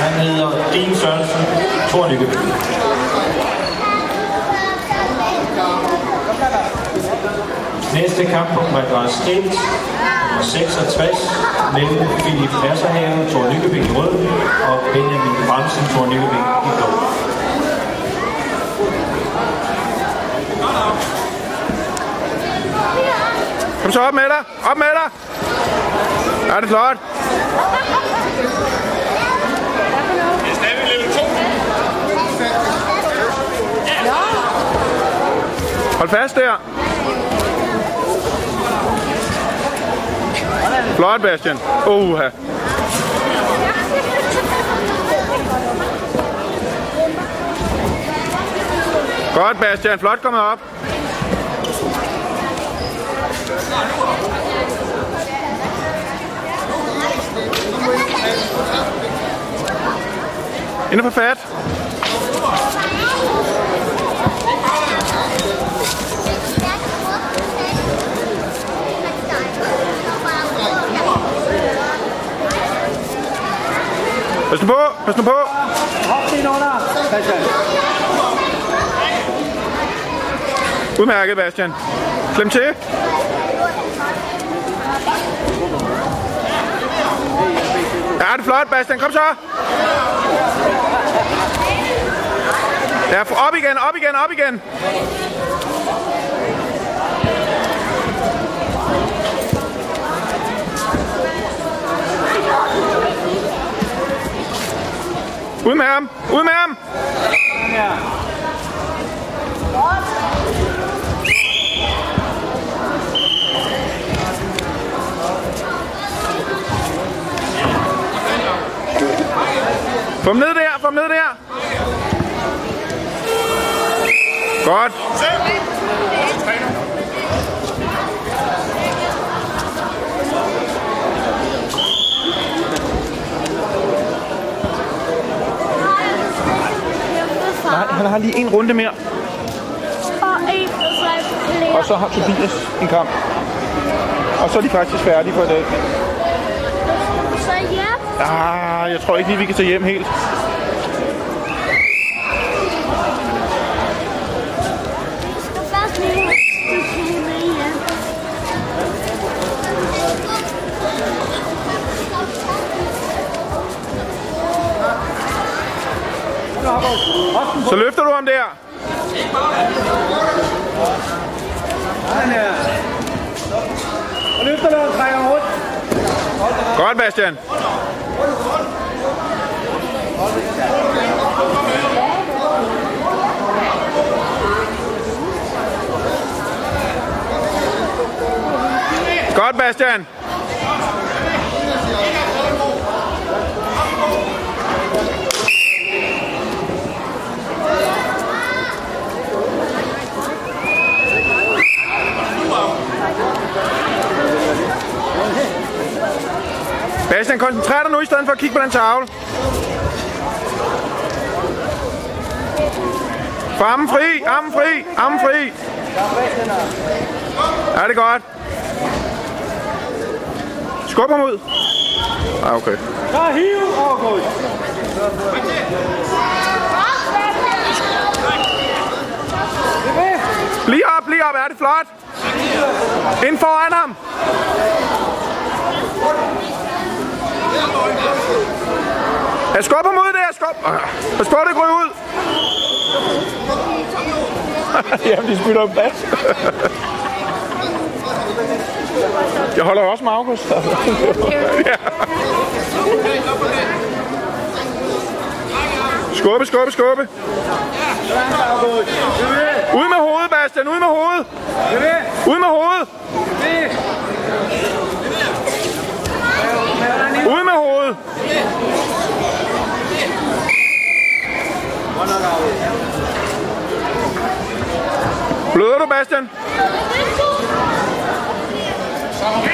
Han hedder Din Sørensen, Thor Nykøbing. Næste kamppunkt var adresse 1, nummer 66, mellem Philip Nasserhave, Thor Nykøbing i rød, og Benjamin Bremsen, Thor Nykøbing i blå. Kom så op med dig! Op med dig! Ja, det er flot! Det er stadig level 2. Hold fast der! Flot, Bastian! Oha! Godt, Bastian! Flot kommet op! Inde på fat. Pas nu på, pas nu på. Hop ind under, Bastian. Udmærket, Bastian. Klem til. Ja, det er flot, Bastian. Kom så. Ja, op igen, op igen, op igen. Ud med ham, ud med ham. Få dem ned der, få dem ned der. Godt. Nej, han har lige en runde mere. Og så har Tobias en kamp. Og så er de faktisk færdige for i dag. Så ja. Jeg tror ikke lige, vi kan tage hjem helt. Så løfter du ham der. Og løfter du og trækker rundt. Godt, Bastian. Godt, Bastian. Bastian, koncentrer dig nu i stedet for at kigge på den tavle. Få armen fri, armen fri, armen fri. Ja, det er godt. Skub ham ud. Okay. Så hiv og gå. Bliv op, er det flot. Ind foran ham. Jeg skubber mod det, jeg skubber. Pas på, det går ud. Jamen, de spytter op bas. Jeg holder også med August. Ja. Skubbe, skubbe, skubbe. Ud med hovedet, Bastian, ud med hovedet. Ud med hovedet. Ud med hovedet. Bløder du, Bastian?